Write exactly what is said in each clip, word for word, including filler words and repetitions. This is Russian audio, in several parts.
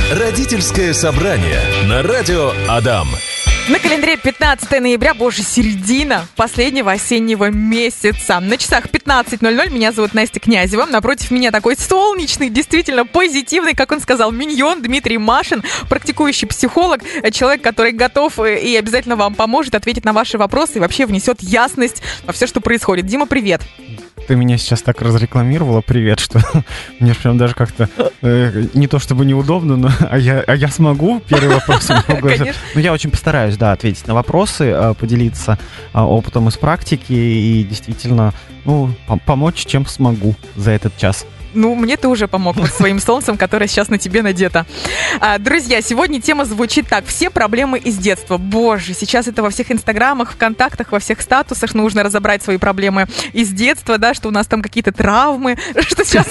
Родительское собрание на радио Адам. На календаре пятнадцатое ноября, боже, середина последнего осеннего месяца. На часах пятнадцать ноль ноль. Меня зовут Настя Князева. Напротив меня такой солнечный, действительно позитивный, как он сказал, миньон Дмитрий Машин, практикующий психолог, человек, который готов и обязательно вам поможет ответить на ваши вопросы и вообще внесет ясность во все, что происходит. Дима, привет. Ты меня сейчас так разрекламировала, привет, что мне прям даже как-то э, не то чтобы неудобно, но а я, а я смогу первый вопрос. Конечно. Ну, я очень постараюсь, да, ответить на вопросы, поделиться опытом из практики и действительно, ну, помочь, чем смогу за этот час. Ну, мне ты уже помог вот своим солнцем, которое сейчас на тебе надето. А, друзья, сегодня тема звучит так. Все проблемы из детства. Боже, сейчас это во всех инстаграмах, вконтактах, во всех статусах нужно разобрать свои проблемы из детства, да, что у нас там какие-то травмы, что сейчас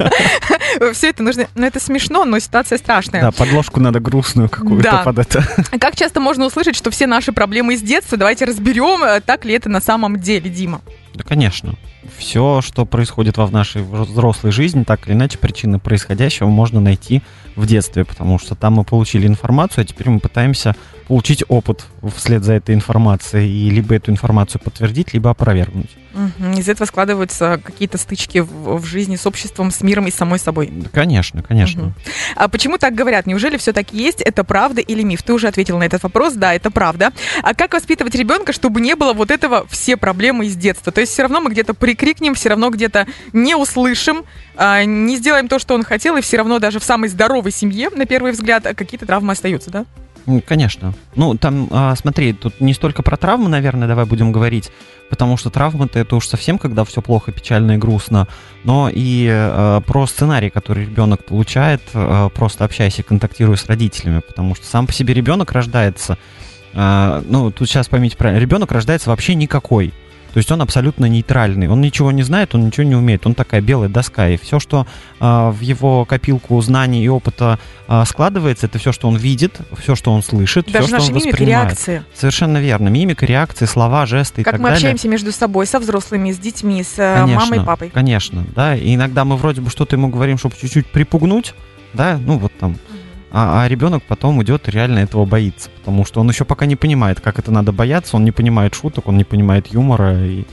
все это нужно. Ну, это смешно, но ситуация страшная. Да, подложку надо грустную какую-то под это. Как часто можно услышать, что все наши проблемы из детства? Давайте разберем, так ли это на самом деле, Дима. Да, конечно. Все, что происходит во в нашей взрослой жизни, так или иначе, причины происходящего можно найти в детстве, потому что там мы получили информацию, а теперь мы пытаемся получить опыт вслед за этой информацией и либо эту информацию подтвердить, либо опровергнуть. Угу. Из этого складываются какие-то стычки в, в жизни с обществом, с миром и с самой собой. Да, конечно, конечно. Угу. А почему так говорят? Неужели все так и есть? Это правда или миф? Ты уже ответил на этот вопрос. Да, это правда. А как воспитывать ребенка, чтобы не было вот этого все проблемы из детства? То есть все равно мы где-то прикрикнем, все равно где-то не услышим, не сделаем то, что он хотел, и все равно даже в самой здоровой семье, на первый взгляд, какие-то травмы остаются, да? Конечно. Ну, там, смотри, тут не столько про травмы, наверное, давай будем говорить, потому что травмы-то это уж совсем, когда все плохо, печально и грустно, но и э, про сценарий, который ребенок получает, э, просто общаясь и контактируя с родителями, потому что сам по себе ребенок рождается, э, ну, тут сейчас поймите правильно, ребенок рождается вообще никакой. То есть он абсолютно нейтральный, он ничего не знает, он ничего не умеет, он такая белая доска, и все, что э, в его копилку знаний и опыта э, складывается, это все, что он видит, все, что он слышит, даже все, что он воспринимает. Даже мимика, реакции. Совершенно верно, мимика, реакции, слова, жесты и как так мы далее. Общаемся между собой, со взрослыми, с детьми, с конечно, мамой и папой. Конечно, да, и иногда мы вроде бы что-то ему говорим, чтобы чуть-чуть припугнуть, да, ну вот там. А, а ребенок потом идет и реально этого боится, потому что он еще пока не понимает, как это надо бояться, он не понимает шуток, он не понимает юмора и,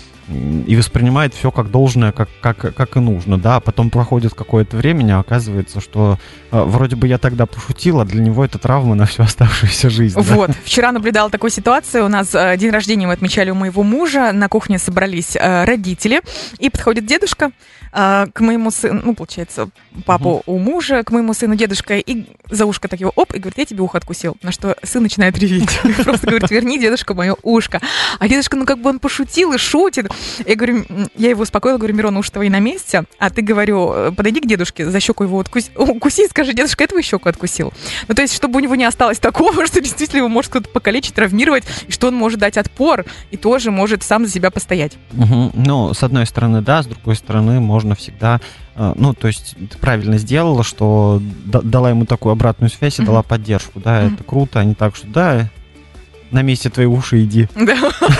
и воспринимает все как должное, как, как, как и нужно, да, а потом проходит какое-то время, а оказывается, что э, вроде бы я тогда пошутила, а для него это травма на всю оставшуюся жизнь. Вот, да? Вчера наблюдала такую ситуацию, у нас э, день рождения мы отмечали у моего мужа, на кухне собрались э, родители, и подходит дедушка э, к моему сыну, ну, получается, папу угу. у мужа, к моему сыну дедушка, и за ушко так его, оп, и говорит, я тебе ухо откусил, на что сын начинает реветь, просто говорит, верни, дедушка, мое ушко, а дедушка, ну, как бы он пошутил и шутит. Я говорю, я его успокоила, говорю, Мирон, уши твои на месте, а ты, говорю, подойди к дедушке, за щеку его откуси, укуси и скажи, дедушка, я твою щеку откусил. Ну, то есть, чтобы у него не осталось такого, что действительно его может кто-то покалечить, травмировать, и что он может дать отпор, и тоже может сам за себя постоять. Угу. Ну, с одной стороны, да, с другой стороны, можно всегда, ну, то есть, ты правильно сделала, что дала ему такую обратную связь и угу. дала поддержку, да, угу. это круто, а не так, что, да, на месте твои уши иди. Да.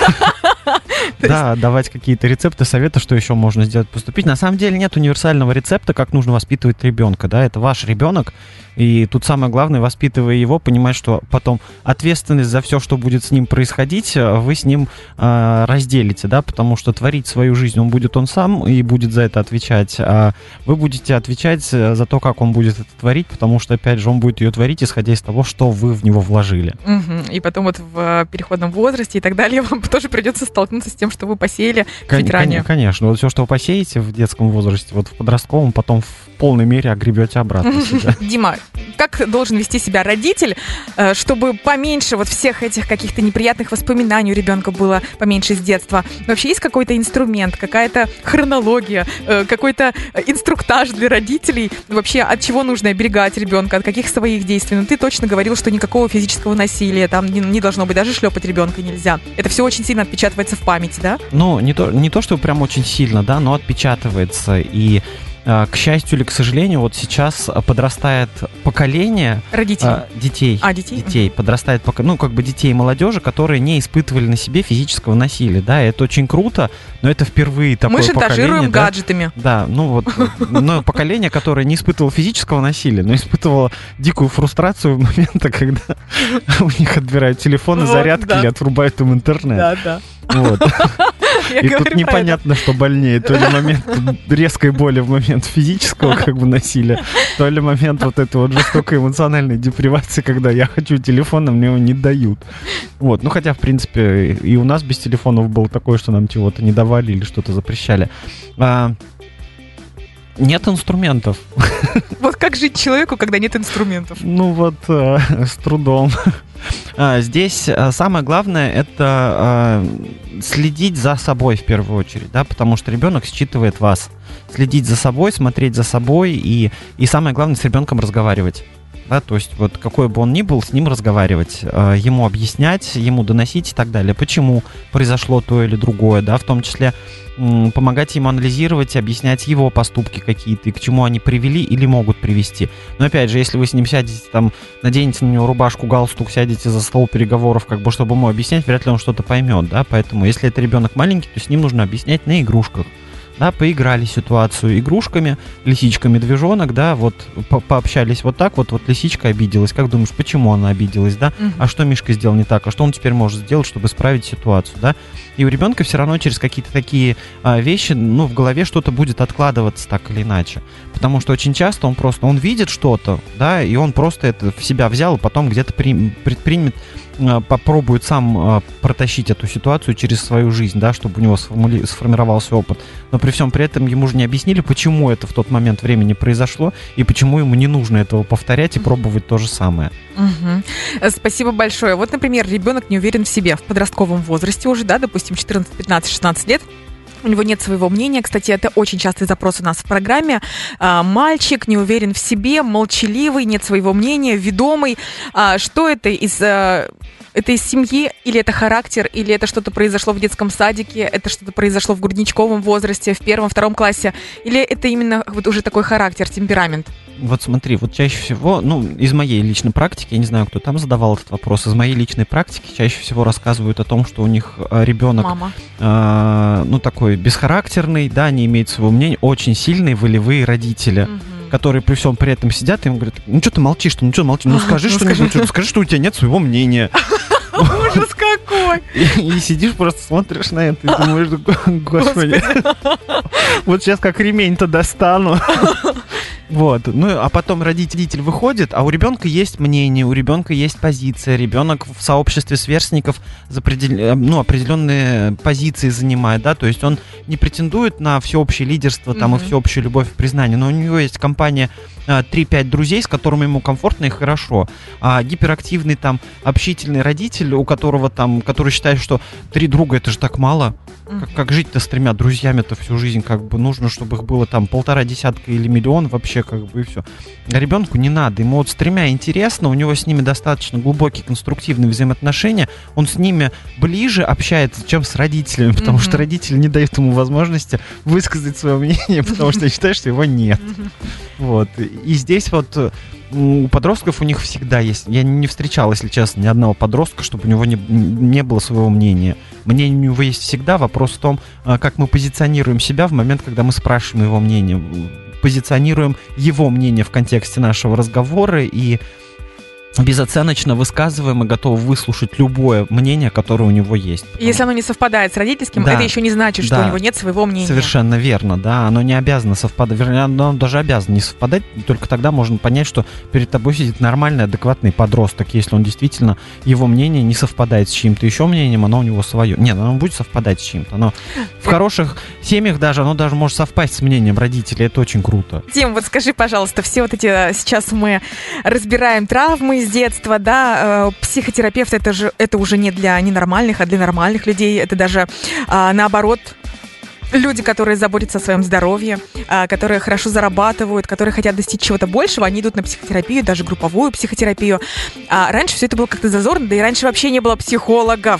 Да, давать какие-то рецепты, советы, что еще можно сделать, поступить. На самом деле нет универсального рецепта, как нужно воспитывать ребенка, да, это ваш ребенок, и тут самое главное, воспитывая его, понимать, что потом ответственность за все, что будет с ним происходить, вы с ним э, разделите, да, потому что творить свою жизнь он будет он сам и будет за это отвечать, а вы будете отвечать за то, как он будет это творить, потому что, опять же, он будет ее творить, исходя из того, что вы в него вложили. Угу. И потом вот в переходном возрасте и так далее вам тоже придется столкнуться с тем, что вы посеяли чуть кон- ранее. Конечно, вот все, что вы посеете в детском возрасте, вот в подростковом, потом в полной мере огребете обратно себя. Дима, как должен вести себя родитель, чтобы поменьше вот всех этих каких-то неприятных воспоминаний у ребенка было поменьше с детства? Вообще есть какой-то инструмент, какая-то хронология, какой-то инструктаж для родителей? Вообще от чего нужно оберегать ребенка, от каких своих действий? Ну, ты точно говорил, что никакого физического насилия, там не, не должно быть, даже шлепать ребенка нельзя. Это все очень сильно отпечатывается в памяти, да? Ну, не то, не то, что прям очень сильно, да, но отпечатывается. И К счастью или к сожалению, вот сейчас подрастает поколение Родителей. детей. А, детей? Детей. Подрастает, ну, как бы детей и молодежи, которые не испытывали на себе физического насилия. Да, это очень круто, но это впервые такое Мы поколение. шантажируем да, гаджетами. Да, ну вот, но поколение, которое не испытывало физического насилия, но испытывало дикую фрустрацию в моменты, когда у них отбирают телефоны, Вот, зарядки да. или отрубают им интернет. Да, да. Вот. Я И говорю тут про непонятно, что больнее. То ли момент резкой боли в момент физического как бы насилия, то ли момент вот этой вот жестокой эмоциональной депривации, когда я хочу телефон, а мне его не дают. Вот. Ну, хотя, в принципе, и у нас без телефонов было такое, что нам чего-то не давали или что-то запрещали. А, нет инструментов. Вот как жить человеку, когда нет инструментов? Ну вот, э, с трудом. А, здесь а, самое главное — это а, следить за собой в первую очередь, да, потому что ребенок считывает вас. Следить за собой, смотреть за собой и, и самое главное — с ребенком разговаривать. Да, то есть вот какой бы он ни был, с ним разговаривать, э, ему объяснять, ему доносить и так далее, почему произошло то или другое, да, в том числе м, помогать ему анализировать, объяснять его поступки какие-то и к чему они привели или могут привести. Но опять же, если вы с ним сядете, там, наденете на него рубашку, галстук, сядете за стол переговоров, как бы, чтобы ему объяснять, вряд ли он что-то поймет, да, поэтому если это ребенок маленький, то с ним нужно объяснять на игрушках. Да, поиграли ситуацию игрушками, лисичка, медвежонок, да, вот по пообщались вот так, вот, вот лисичка обиделась. Как думаешь, почему она обиделась, да? Мгм. А что Мишка сделал не так? А что он теперь может сделать, чтобы исправить ситуацию, да? И у ребенка все равно через какие-то такие а, вещи, ну, в голове что-то будет откладываться так или иначе. Потому что очень часто он просто, он видит что-то, да, и он просто это в себя взял, и потом где-то при, предпримет, а, попробует сам а, протащить эту ситуацию через свою жизнь, да, чтобы у него сформули- сформировался опыт. Но при всем при этом ему же не объяснили, почему это в тот момент времени произошло, и почему ему не нужно этого повторять и пробовать то же самое. Мгм. Э, Спасибо большое. Вот, например, ребенок не уверен в себе в подростковом возрасте уже, да, допустим, четырнадцать, пятнадцать, шестнадцать лет. У него нет своего мнения. Кстати, это очень частый запрос у нас в программе. А, Мальчик не уверен в себе, молчаливый, нет своего мнения, ведомый. А, Что это из... а, Это из семьи, или это характер, или это что-то произошло в детском садике, это что-то произошло в грудничковом возрасте, в первом, втором классе, или это именно вот уже такой характер, темперамент? Вот смотри, вот чаще всего, ну, из моей личной практики, я не знаю, кто там задавал этот вопрос, из моей личной практики чаще всего рассказывают о том, что у них а, ребенок, Мама. а, ну, такой бесхарактерный, да, не имеет своего мнения, очень сильные волевые родители. Мгм. Которые при всем при этом сидят и им говорят: ну что ты молчишь, ну что молчишь, ну скажи Ну, что-нибудь, скажи. что- скажи, что у тебя нет своего мнения. Ужас какой! И, и сидишь просто смотришь на это и думаешь: господи, вот сейчас как ремень-то достану. Вот, ну а потом родитель выходит, а у ребенка есть мнение, у ребенка есть позиция, ребенок в сообществе сверстников за определ- ну, определенные позиции занимает, да, то есть он не претендует на всеобщее лидерство там, Мгм. и всеобщую любовь и признание, но у него есть компания а, три-пять друзей, с которыми ему комфортно и хорошо. А гиперактивный там общительный родитель, у которого там, который считает, что три друга — это же так мало. Как, как жить-то с тремя друзьями-то всю жизнь, как бы нужно, чтобы их было там полтора десятка или миллион вообще, как бы, и все. А ребенку не надо, ему вот с тремя интересно, у него с ними достаточно глубокие конструктивные взаимоотношения, он с ними ближе общается, чем с родителями, потому Мгм. что родители не дают ему возможности высказать свое мнение, потому что считают, что его нет. Вот. И здесь вот э, у подростков у них всегда есть. Я не встречал, если честно, ни одного подростка, чтобы у него не, не было своего мнения. Мнение у него есть всегда. Вопрос в том, а, как мы позиционируем себя в момент, когда мы спрашиваем его мнение. Позиционируем его мнение в контексте нашего разговора и безоценочно высказываем и готовы выслушать любое мнение, которое у него есть. И если оно не совпадает с родительским, Да. это еще не значит, что Да. у него нет своего мнения. Совершенно верно, да, оно не обязано совпадать, вернее, оно даже обязано не совпадать, и только тогда можно понять, что перед тобой сидит нормальный, адекватный подросток, если он действительно, его мнение не совпадает с чьим-то еще мнением, оно у него свое. Нет, оно будет совпадать с чем-то, оно в хороших семьях даже, оно даже может совпасть с мнением родителей, это очень круто. Тим, вот скажи, пожалуйста, все вот эти, э, сейчас мы разбираем травмы с детства, да, э, психотерапевт это же, это уже не для ненормальных, а для нормальных людей, это даже а, наоборот, люди, которые заботятся о своем здоровье, а, которые хорошо зарабатывают, которые хотят достичь чего-то большего, они идут на психотерапию, даже групповую психотерапию. А раньше все это было как-то зазорно, да и раньше вообще не было психологов. То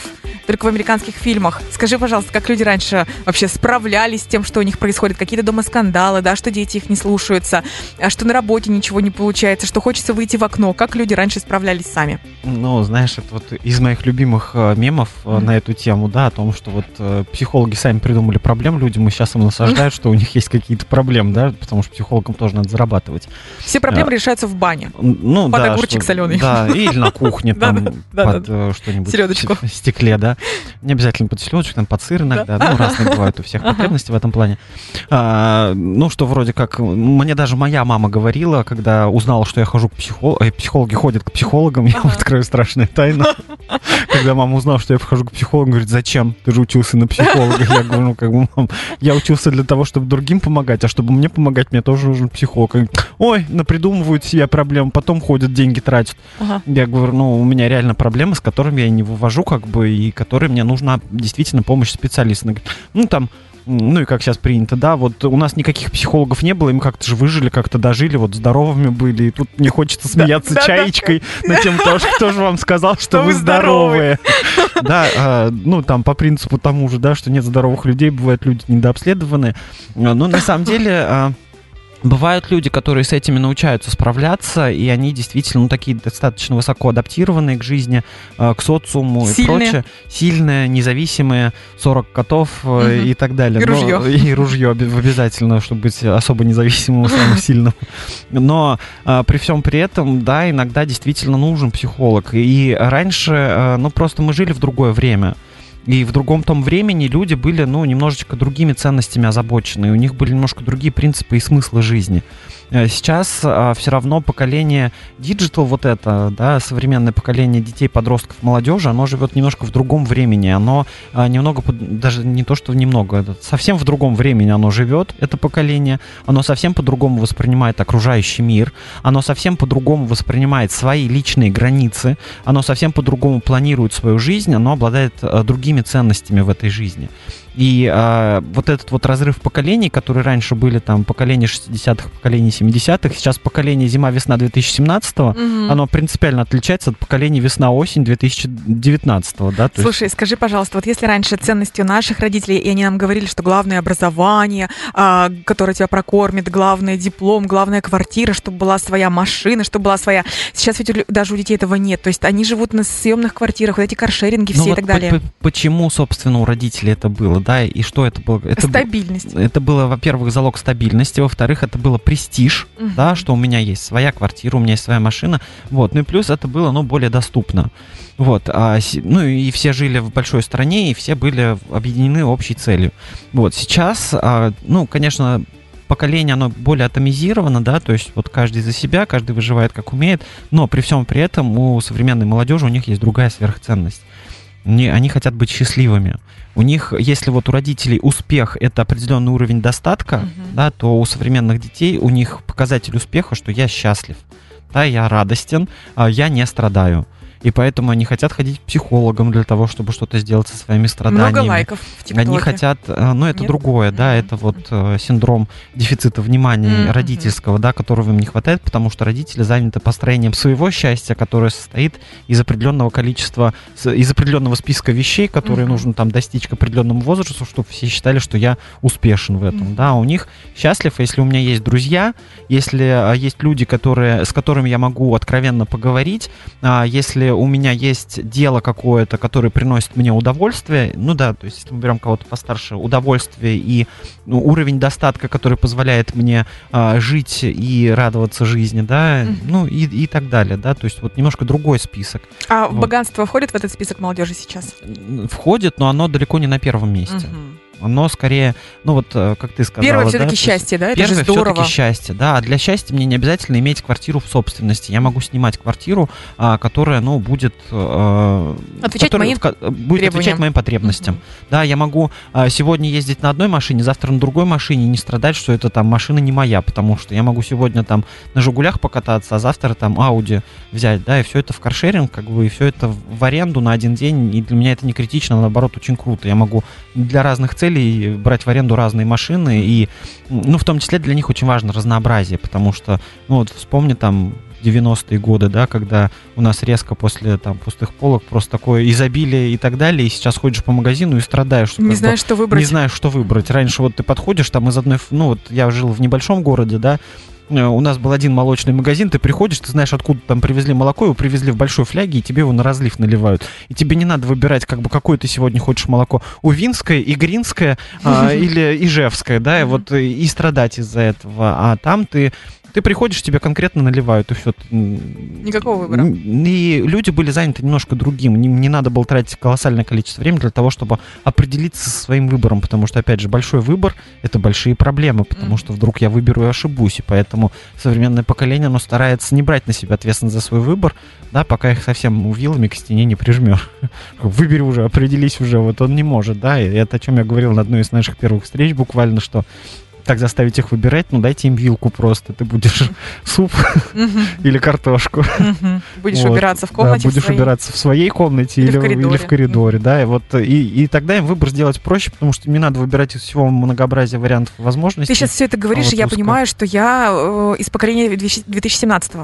только в американских фильмах. Скажи, пожалуйста, как люди раньше вообще справлялись с тем, что у них происходит, какие-то дома скандалы, да, что дети их не слушаются, что на работе ничего не получается, что хочется выйти в окно. Как люди раньше справлялись сами? Ну, знаешь, это вот из моих любимых э, мемов э, mm-hmm. на эту тему, да, о том, что вот э, психологи сами придумали проблем людям, и сейчас им насаждают, mm-hmm. что у них есть какие-то проблемы, да, потому что психологам тоже надо зарабатывать. Все проблемы а, решаются в бане. Ну, под да, огурчик что, соленый. Да, или на кухне, там, под что-нибудь в стекле, да. Не обязательно под селедочку, там, под сыр иногда, ну, разные бывают у всех потребности в этом плане. Ну, что вроде как, мне даже моя мама говорила, когда узнала, что я хожу к психологу, психологи ходят к психологам, я вам открою страшную тайну. Когда мама узнала, что я хожу к психологу, говорит, зачем? Ты же учился на психолога. Я говорю, ну, как бы, мам, я учился для того, чтобы другим помогать, а чтобы мне помогать, мне тоже нужен психолог. Ой, напридумывают себе проблемы, потом ходят, деньги тратят. Ага. Я говорю, ну, у меня реально проблемы, с которыми я не вывожу, как бы, и которые мне нужна действительно помощь специалиста. Ну, там, ну и как сейчас принято, да, вот у нас никаких психологов не было, и мы как-то же выжили, как-то дожили, вот здоровыми были, и тут мне хочется смеяться да, чаечкой да, на тем, кто же вам сказал, что вы здоровые. Да, ну там по принципу тому же, да, что нет здоровых людей, бывают люди недообследованные, но на самом деле... Бывают люди, которые с этими научаются справляться, и они действительно, ну, такие достаточно высоко адаптированные к жизни, к социуму Сильные. и прочее. Сильные, независимые, сорок котов угу. и так далее. И Но, ружье. И ружье обязательно, чтобы быть особо независимым, самым сильным. Но а, при всем при этом, да, иногда действительно нужен психолог. И раньше, а, ну, просто мы жили в другое время. И в другом том времени люди были, ну, немножечко другими ценностями озабочены, и у них были немножко другие принципы и смыслы жизни. Сейчас а, все равно поколение диджитал, вот это, да, современное поколение детей, подростков, молодежи, оно живет немножко в другом времени, оно а, немного, даже не то, что немного, это совсем в другом времени оно живет, это поколение, оно совсем по-другому воспринимает окружающий мир, оно совсем по-другому воспринимает свои личные границы, оно совсем по-другому планирует свою жизнь, оно обладает а, другими ценностями в этой жизни. И а, вот этот вот разрыв поколений, которые раньше были там поколение шестидесятых, поколение семидесятых, сейчас поколение зима-весна две тысячи семнадцатого, mm-hmm. оно принципиально отличается от поколения весна-осень две тысячи девятнадцатого. Да? То Слушай, есть... скажи, пожалуйста, вот если раньше ценностью наших родителей, и они нам говорили, что главное образование, а, которое тебя прокормит, главное диплом, главная квартира, чтобы была своя машина, чтобы была своя... Сейчас ведь даже у детей этого нет, то есть они живут на съемных квартирах, вот эти каршеринги все ну и вот так далее. Почему, собственно, у родителей это было? Да, и что это было? Это Стабильность. Было, это было, во-первых, залог стабильности, во-вторых, это было престиж, uh-huh. да, что у меня есть своя квартира, у меня есть своя машина, вот, ну и плюс это было, ну, более доступно, вот, а, ну и все жили в большой стране, и все были объединены общей целью, вот, сейчас, а, ну, конечно, поколение, оно более атомизировано, да, то есть вот каждый за себя, каждый выживает как умеет, но при всем при этом у современной молодежи у них есть другая сверхценность. Они, они хотят быть счастливыми. У них, если вот у родителей успех — это определенный уровень достатка, uh-huh. да, то у современных детей у них показатель успеха, что я счастлив, да, я радостен, я не страдаю. И поэтому они хотят ходить к психологам для того, чтобы что-то сделать со своими страданиями. Много лайков в ТикТоке. Они хотят, ну это Нет? другое, mm-hmm. да, это вот э, синдром дефицита внимания mm-hmm. родительского, да, которого им не хватает, потому что родители заняты построением своего счастья, которое состоит из определенного количества, из определенного списка вещей, которые mm-hmm. нужно там достичь к определенному возрасту, чтобы все считали, что я успешен в этом, mm-hmm. да, у них счастлив, если у меня есть друзья, если есть люди, которые, с которыми я могу откровенно поговорить, если у меня есть дело какое-то, которое приносит мне удовольствие, ну да, то есть если мы берем кого-то постарше, удовольствие и ну, уровень достатка, который позволяет мне а, жить и радоваться жизни, да, mm-hmm. ну и, и так далее, да, то есть вот немножко другой список. А вот. Богатство входит в этот список молодежи сейчас? Входит, но оно далеко не на первом месте. Mm-hmm. Оно скорее, ну вот, как ты сказала... Первое все-таки да, счастье, да? Это первое же здорово. все-таки счастье, да. А для счастья мне не обязательно иметь квартиру в собственности. Я могу снимать квартиру, а, которая, ну, будет... А, отвечать которая, моим в, будет отвечать моим потребностям. Uh-huh. Да, я могу а, сегодня ездить на одной машине, завтра на другой машине, и не страдать, что это там машина не моя, потому что я могу сегодня там на «Жигулях» покататься, а завтра там Ауди взять, да, и все это в каршеринг, как бы, и все это в аренду на один день, и для меня это не критично, а наоборот, очень круто. Я могу для разных целей брать в аренду разные машины, и, ну, в том числе для них очень важно разнообразие, потому что, ну, вот вспомни там девяностые годы, да, когда у нас резко после там пустых полок просто такое изобилие и так далее, и сейчас ходишь по магазину и страдаешь. Не знаешь, что выбрать. Не знаешь, что выбрать. Раньше вот ты подходишь, там из одной, ну вот я жил в небольшом городе, да, у нас был один молочный магазин, ты приходишь, ты знаешь, откуда там привезли молоко, его привезли в большой фляге, и тебе его на разлив наливают. И тебе не надо выбирать, как бы, какое ты сегодня хочешь молоко. Увинское, Игринское а, или Ижевское, да, и вот и страдать из-за этого. А там ты... Ты приходишь, тебе конкретно наливают, и все. Никакого выбора. И люди были заняты немножко другим. Не, не надо было тратить колоссальное количество времени для того, чтобы определиться со своим выбором. Потому что, опять же, большой выбор — это большие проблемы. Потому mm. что вдруг я выберу и ошибусь. И поэтому современное поколение, оно старается не брать на себя ответственность за свой выбор, да, пока их совсем вилами к стене не прижмешь. Выбери уже, определись уже. Вот он не может, да. И это, о чем я говорил на одной из наших первых встреч буквально, что так заставить их выбирать, ну дайте им вилку просто. Ты будешь суп или картошку. Будешь убираться в комнате. Будешь убираться в своей комнате или в коридоре, да. И тогда им выбор сделать проще, потому что не надо выбирать из всего многообразия вариантов возможностей. Ты сейчас все это говоришь, и я понимаю, что я из поколения две тысячи семнадцатого.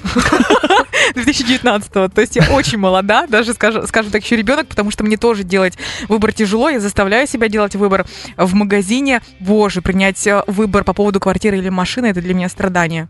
две тысячи девятнадцатого. То есть я очень молода, даже, скажем, скажем так, еще ребенок, потому что мне тоже делать выбор тяжело. Я заставляю себя делать выбор в магазине. Боже, принять выбор по поводу квартиры или машины — это для меня страдание.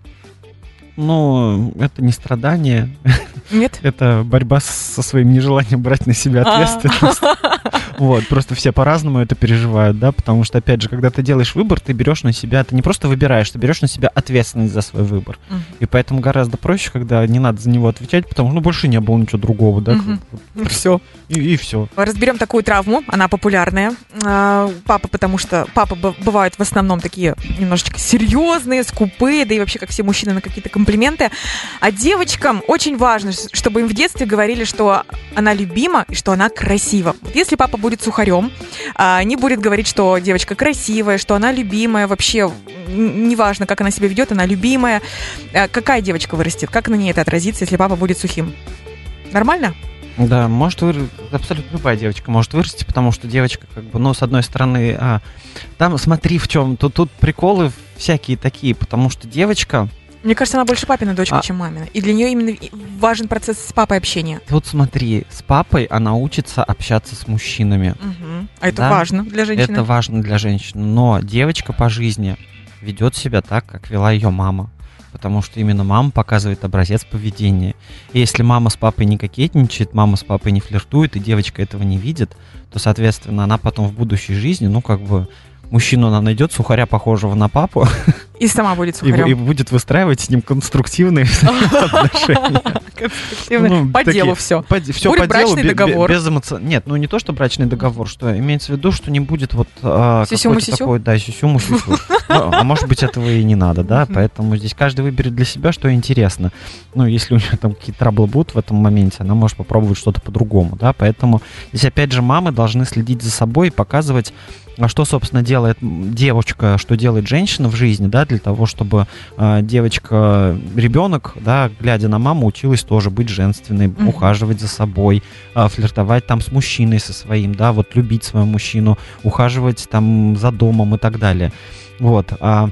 Ну, это не страдание. Нет? Это борьба со своим нежеланием брать на себя ответственность. Вот, просто все по-разному это переживают, да, потому что, опять же, когда ты делаешь выбор, ты берешь на себя, ты не просто выбираешь, ты берешь на себя ответственность за свой выбор. Uh-huh. И поэтому гораздо проще, когда не надо за него отвечать, потому что, ну, больше не было ничего другого, да. Uh-huh. Все. И, и все. Разберем такую травму, она популярная. Папа, потому что папы бывают в основном такие немножечко серьезные, скупые, да и вообще, как все мужчины, на какие-то комплименты. А девочкам очень важно, чтобы им в детстве говорили, что она любима и что она красива. Вот если папа будет сухарем, не будет говорить, что девочка красивая, что она любимая, вообще неважно, как она себя ведет, она любимая. Какая девочка вырастет? Как на ней это отразится, если папа будет сухим? Нормально? Да, может вырасти, абсолютно любая девочка может вырасти, потому что девочка, как бы, ну, с одной стороны, а, там смотри в чем, тут, тут приколы всякие такие, потому что девочка... Мне кажется, она больше папина дочка, а... чем мамина. И для нее именно важен процесс с папой общения. Вот смотри, с папой она учится общаться с мужчинами. Угу. А это да? важно для женщины? Это важно для женщины. Но девочка по жизни ведет себя так, как вела ее мама. Потому что именно мама показывает образец поведения. И если мама с папой не кокетничает, мама с папой не флиртует, и девочка этого не видит, то, соответственно, она потом в будущей жизни, ну, как бы, мужчину она найдет, сухаря, похожего на папу. И сама будет сухарем. И, и будет выстраивать с ним конструктивные отношения. Конструктивные. По делу все. Все по делу, без эмоций. Нет, ну не то, что брачный договор, что имеется в виду, что не будет вот какой-то такой, да, сюсю-мусю. А может быть, этого и не надо, да, поэтому здесь каждый выберет для себя, что интересно. Ну, если у нее там какие-то траблы будут в этом моменте, она может попробовать что-то по-другому, да, поэтому здесь, опять же, мамы должны следить за собой и показывать, а что, собственно, делает девочка, что делает женщина в жизни, да, для того, чтобы э, девочка, ребенок, да, глядя на маму, училась тоже быть женственной, mm-hmm. ухаживать за собой, э, флиртовать там с мужчиной со своим, да, вот любить своего мужчину, ухаживать там за домом и так далее. Вот. А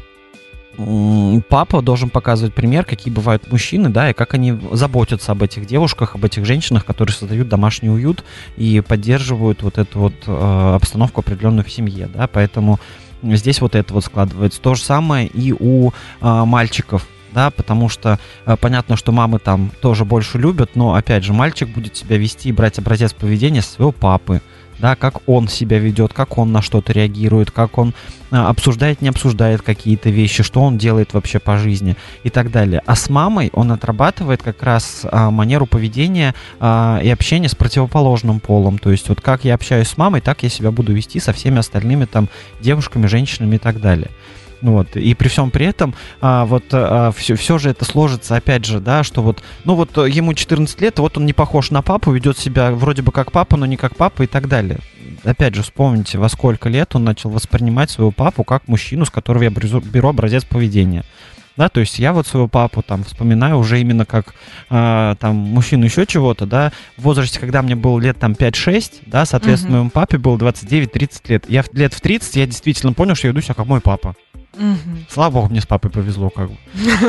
папа должен показывать пример, какие бывают мужчины, да, и как они заботятся об этих девушках, об этих женщинах, которые создают домашний уют и поддерживают вот эту вот э, обстановку определенную в семье, да, поэтому здесь вот это вот складывается. То же самое и у э, мальчиков, да, потому что э, понятно, что мамы там тоже больше любят, но, опять же, мальчик будет себя вести и брать образец поведения своего папы, да, как он себя ведет, как он на что-то реагирует, как он а, обсуждает, не обсуждает какие-то вещи, что он делает вообще по жизни и так далее. А с мамой он отрабатывает как раз а, манеру поведения а, и общения с противоположным полом. То есть вот как я общаюсь с мамой, так я себя буду вести со всеми остальными там девушками, женщинами и так далее. Вот. И при всем при этом а, вот а, все, все же это сложится, опять же, да, что вот, ну вот ему четырнадцать лет, вот он не похож на папу, ведет себя вроде бы как папа, но не как папа и так далее. Опять же, вспомните, во сколько лет он начал воспринимать своего папу как мужчину, с которого я беру образец поведения. Да, то есть я вот своего папу там вспоминаю уже именно как э, там мужчину еще чего-то, да, в возрасте, когда мне было лет там пять-шесть, да, соответственно, uh-huh. моему папе было двадцать девять-тридцать лет. Я лет в тридцать я действительно понял, что я веду себя как мой папа. Мгм. Слава богу, мне с папой повезло, как бы.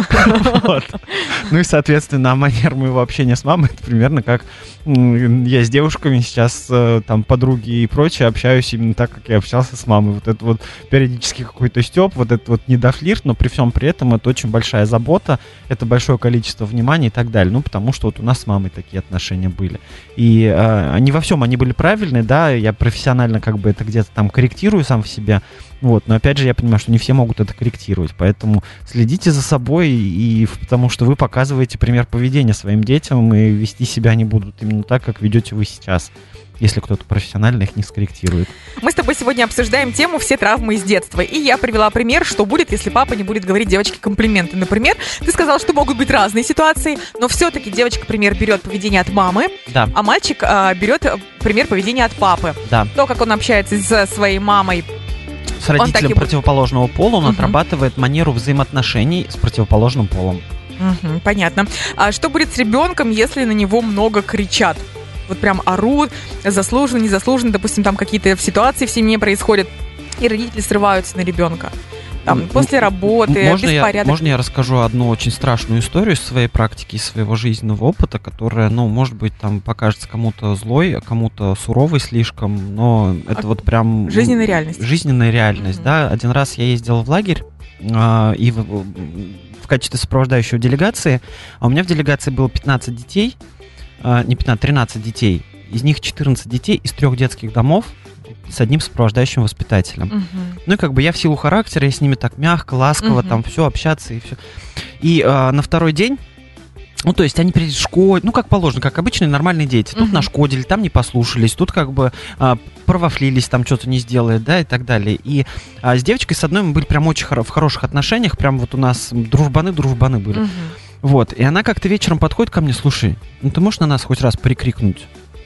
Вот. Ну и, соответственно, манер моего общения с мамой, это примерно как м, я с девушками сейчас, э, там, подруги и прочее, общаюсь именно так, как я общался с мамой. Вот это вот периодически какой-то стёб, вот это вот недофлирт, но при всем при этом это очень большая забота, это большое количество внимания и так далее. Ну, потому что вот у нас с мамой такие отношения были. И э, они во всем, они были правильные, да, я профессионально как бы это где-то там корректирую сам в себе. Вот, но опять же я понимаю, что не все могут это корректировать, поэтому следите за собой, и, потому что вы показываете пример поведения своим детям, и вести себя они будут именно так, как ведете вы сейчас, если кто-то профессионально их не скорректирует. Мы с тобой сегодня обсуждаем тему «Все травмы из детства». И я привела пример, что будет, если папа не будет говорить девочке комплименты. Например, ты сказал, что могут быть разные ситуации, но все-таки девочка пример берет поведение от мамы, Да, а мальчик а, берет э, пример поведения от папы. да. То, как он общается со своей мамой. С родителем так и будет. противоположного пола он Мгм. отрабатывает манеру взаимоотношений с противоположным полом. Мгм, понятно. А что будет с ребенком, если на него много кричат? Вот прям орут, заслуженно, незаслуженно, допустим, там какие-то ситуации в семье происходят, и родители срываются на ребенка. Там, М, после м, работы, можно я, беспорядок. можно я расскажу одну очень страшную историю из своей практики, из своего жизненного опыта, которая, ну, может быть, там покажется кому-то злой, а кому-то суровой слишком, но это А вот прям... жизненная реальность. Жизненная реальность, Мгм. да. Один раз я ездил в лагерь, а, и в, в качестве сопровождающего делегации, а у меня в делегации было пятнадцать детей, а, не пятнадцать, тринадцать детей, из них четырнадцать детей из трех детских домов с одним сопровождающим воспитателем. Мгм. Ну и как бы я в силу характера, я с ними так мягко, ласково, Мгм. там все общаться и все. И а, на второй день, ну то есть они перед школой, ну как положено, как обычные нормальные дети. Тут Мгм. нашкодили, там не послушались, тут как бы а, провафлились, там что-то не сделали, да, и так далее. И а, с девочкой с одной мы были прям очень хоро- в хороших отношениях, прям вот у нас дружбаны-дружбаны были. Мгм. Вот, и она как-то вечером подходит ко мне, слушай, ну ты можешь на нас хоть раз прикрикнуть?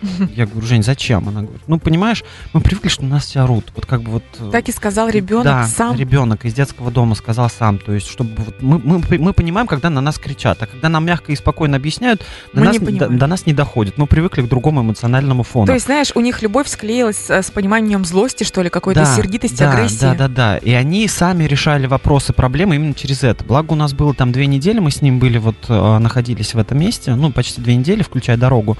Я говорю, Жень, зачем? Она говорит, ну, понимаешь, мы привыкли, что на нас все орут. Вот как бы вот... э, Так и сказал ребенок да, сам. ребенок из детского дома сказал сам. То есть, чтобы вот мы, мы, мы понимаем, когда на нас кричат, а когда нам мягко и спокойно объясняют, до, Мы нас, не до, понимаем. до нас не доходит. Мы привыкли к другому эмоциональному фону. То есть, знаешь, у них любовь склеилась э, с пониманием злости, что ли, какой-то Да, сердитости, да, агрессии. Да, да, да. И они сами решали вопросы, проблемы именно через это. Благо у нас было там две недели, мы с ним были вот, э, находились в этом месте, ну, почти две недели, включая дорогу.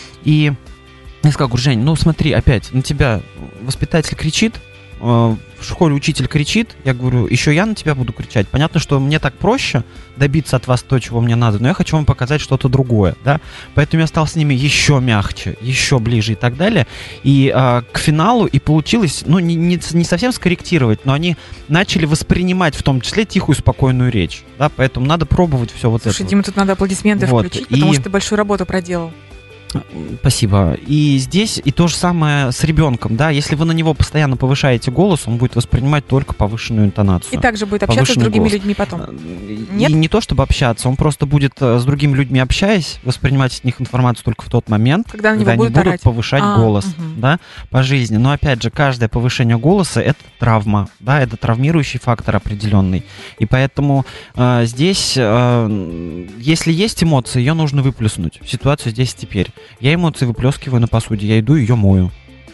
И я сказал, говорю, Жень, ну смотри, опять на тебя воспитатель кричит, э, в школе учитель кричит, я говорю, еще я на тебя буду кричать. Понятно, что мне так проще добиться от вас то, чего мне надо, но я хочу вам показать что-то другое, да. Поэтому я стал с ними еще мягче, еще ближе и так далее. И э, к финалу и получилось, ну, не, не, не совсем скорректировать, но они начали воспринимать в том числе тихую, спокойную речь, да, поэтому надо пробовать все вот Слушай, это. Дима, тут надо аплодисменты Вот, включить, потому и- что ты большую работу проделал. Спасибо. И здесь и то же самое с ребенком, да, если вы на него постоянно повышаете голос, он будет воспринимать только повышенную интонацию. И также будет общаться с Повышенный другими голос. людьми потом. И Нет? не то чтобы общаться, он просто будет э, с другими людьми общаясь, воспринимать от них информацию только в тот момент, Когда на него когда они будут будут орать. повышать А, голос, мгм. да, по жизни. Но опять же, каждое повышение голоса — это травма, да, это травмирующий фактор определенный. И поэтому э, здесь, э, если есть эмоции, ее нужно выплеснуть в ситуацию здесь и теперь. Я эмоции выплескиваю на посуде, я иду ее мою.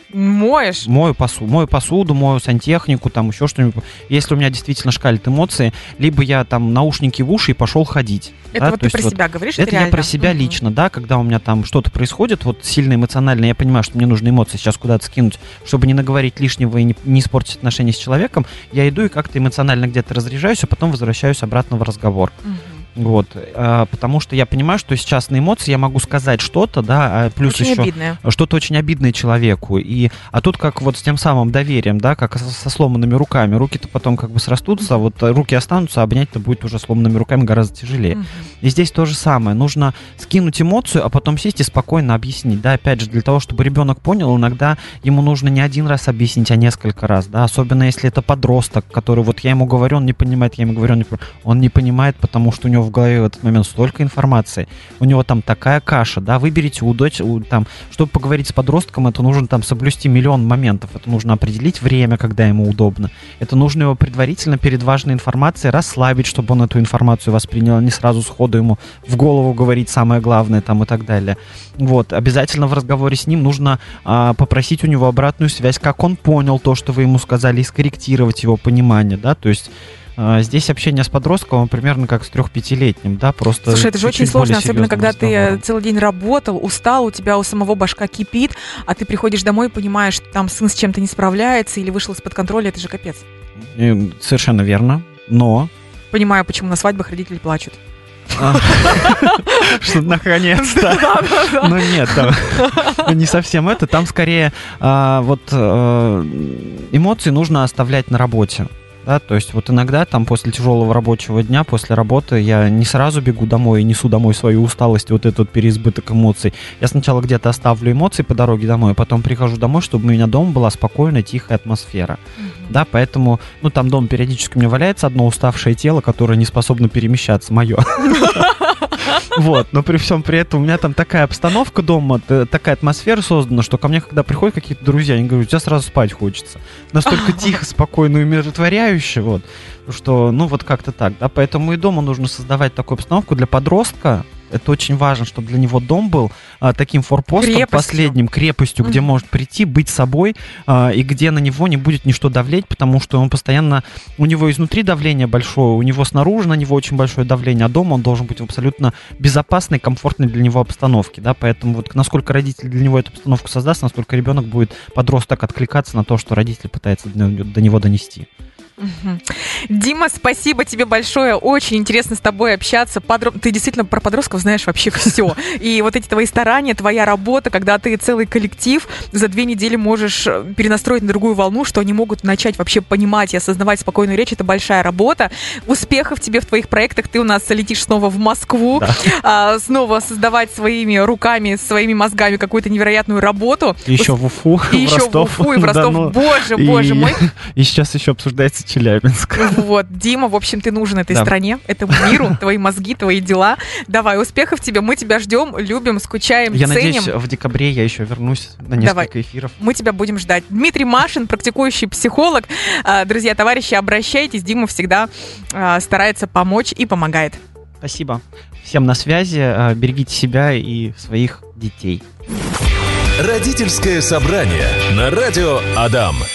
Моешь? Мою, посу, мою посуду, мою сантехнику, там еще что-нибудь. Если у меня действительно шкалят эмоции, либо я там наушники в уши и пошел ходить. Это да, вот то ты есть про вот себя говоришь? это я реально? про себя Мгм. лично, да, когда у меня там что-то происходит, вот сильно эмоционально, я понимаю, что мне нужно эмоции сейчас куда-то скинуть, чтобы не наговорить лишнего и не, не испортить отношения с человеком, я иду и как-то эмоционально где-то разряжаюсь, а потом возвращаюсь обратно в разговор. Мгм. Вот, а, потому что я понимаю, что сейчас на эмоции я могу сказать что-то, да, а плюс Очень еще обидное. что-то очень обидное человеку. И, а тут как вот с тем самым доверием, да, как со, со сломанными руками. Руки-то потом как бы срастутся, а вот руки останутся, а обнять-то будет уже сломанными руками гораздо тяжелее. Мгм. И здесь то же самое. Нужно скинуть эмоцию, а потом сесть и спокойно объяснить. Да, опять же, для того, чтобы ребенок понял, иногда ему нужно не один раз объяснить, а несколько раз. Да, особенно если это подросток, который вот я ему говорю, он не понимает, я ему говорю, он не понимает. Он не понимает, потому что у него в голове в этот момент столько информации. У него там такая каша, да, выберите у дочери, у, там, чтобы поговорить с подростком, это нужно там соблюсти миллион моментов. Это нужно определить время, когда ему удобно. Это нужно его предварительно перед важной информацией расслабить, чтобы он эту информацию воспринял, а не сразу сходу ему в голову говорить самое главное там и так далее. Вот, обязательно в разговоре с ним нужно а, попросить у него обратную связь, как он понял то, что вы ему сказали, и скорректировать его понимание, да, то есть А, здесь общение с подростком примерно как с трёх-пятилетним, да, просто... Слушай, это же очень чуть-чуть сложно, более особенно когда серьезным ты разговором. целый день работал, устал, у тебя у самого башка кипит, а ты приходишь домой и понимаешь, что там сын с чем-то не справляется или вышел из-под контроля, это же капец. И совершенно верно, но... Понимаю, почему на свадьбах родители плачут. Что наконец-то. Ну нет, там не совсем это. Там скорее а, вот а, эмоции нужно оставлять на работе. Да, то есть вот иногда там после тяжелого рабочего дня, после работы я не сразу бегу домой и несу домой свою усталость, вот этот вот переизбыток эмоций. Я сначала где-то оставлю эмоции по дороге домой, а потом прихожу домой, чтобы у меня дома была спокойная, тихая атмосфера. Mm-hmm. Да, поэтому, ну там дома периодически у меня валяется одно уставшее тело, которое не способно перемещаться, мое. Вот, но при всем при этом у меня там такая обстановка дома, такая атмосфера создана, что ко мне, когда приходят какие-то друзья, они говорят, у тебя сразу спать хочется. Настолько тихо, спокойно и умиротворяюще, вот, что, ну, вот как-то так, да, поэтому и дома нужно создавать такую обстановку для подростка. Это очень важно, чтобы для него дом был а, таким форпостом, крепостью. последним, крепостью, mm-hmm. где может прийти, быть собой, а, и где на него не будет ничто давлеть, потому что он постоянно, у него изнутри давление большое, у него снаружи на него очень большое давление, а дома он должен быть в абсолютно безопасной, комфортной для него обстановке, да, поэтому вот насколько родитель для него эту обстановку создаст, насколько ребенок будет, подросток, откликаться на то, что родитель пытается до него донести. Дима, спасибо тебе большое. Очень интересно с тобой общаться. Подро... Ты действительно про подростков знаешь вообще все. И вот эти твои старания, твоя работа, когда ты целый коллектив за две недели можешь перенастроить на другую волну, что они могут начать вообще понимать и осознавать спокойную речь, это большая работа. Успехов тебе в твоих проектах. Ты у нас летишь снова в Москву, да. а, снова создавать своими руками, своими мозгами какую-то невероятную работу. И еще в Уфу, и в еще Ростов. в Уфу, и в Ростов. Да, ну, боже, и... боже мой. И сейчас еще обсуждается Челябинск. Вот, Дима, в общем, ты нужен этой да. стране, этому миру, твои мозги, твои дела. Давай, успехов тебе, мы тебя ждем, любим, скучаем, я ценим. Я надеюсь, в декабре я еще вернусь на несколько Давай. эфиров. Мы тебя будем ждать. Дмитрий Машин, практикующий психолог. Друзья, товарищи, обращайтесь, Дима всегда старается помочь и помогает. Спасибо. Всем на связи, берегите себя и своих детей. Родительское собрание на радио Адам.